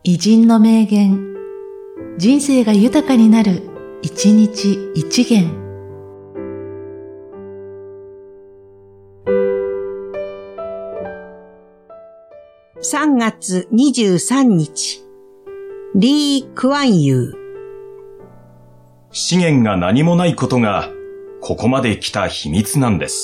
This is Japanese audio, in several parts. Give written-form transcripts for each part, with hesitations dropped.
偉人の名言、人生が豊かになる、一日一元。 3月23日、リー・クワンユー。 資源が何もないことが、ここまで来た秘密なんです。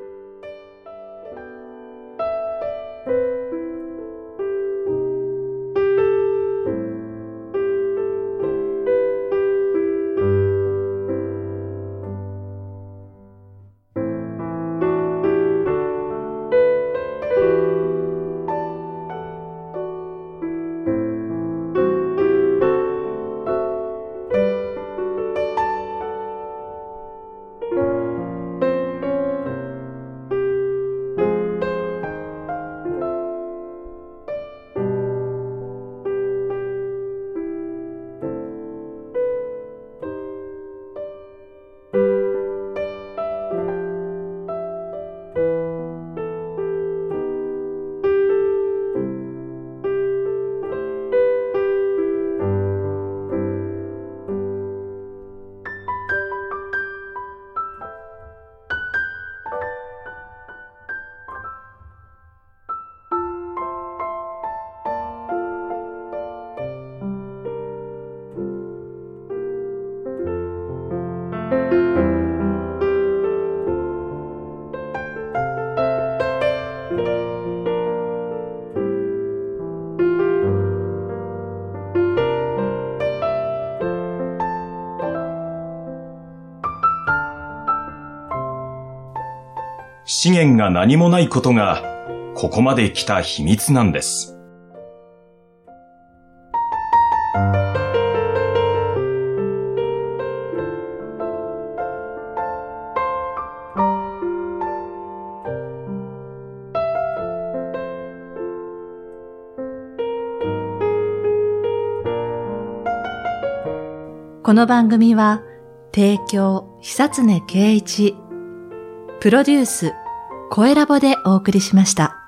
資源が何もないことが、ここまで来た秘密なんです。 この番組は、提供、久常圭一、プロデュース、声ラボでお送りしました。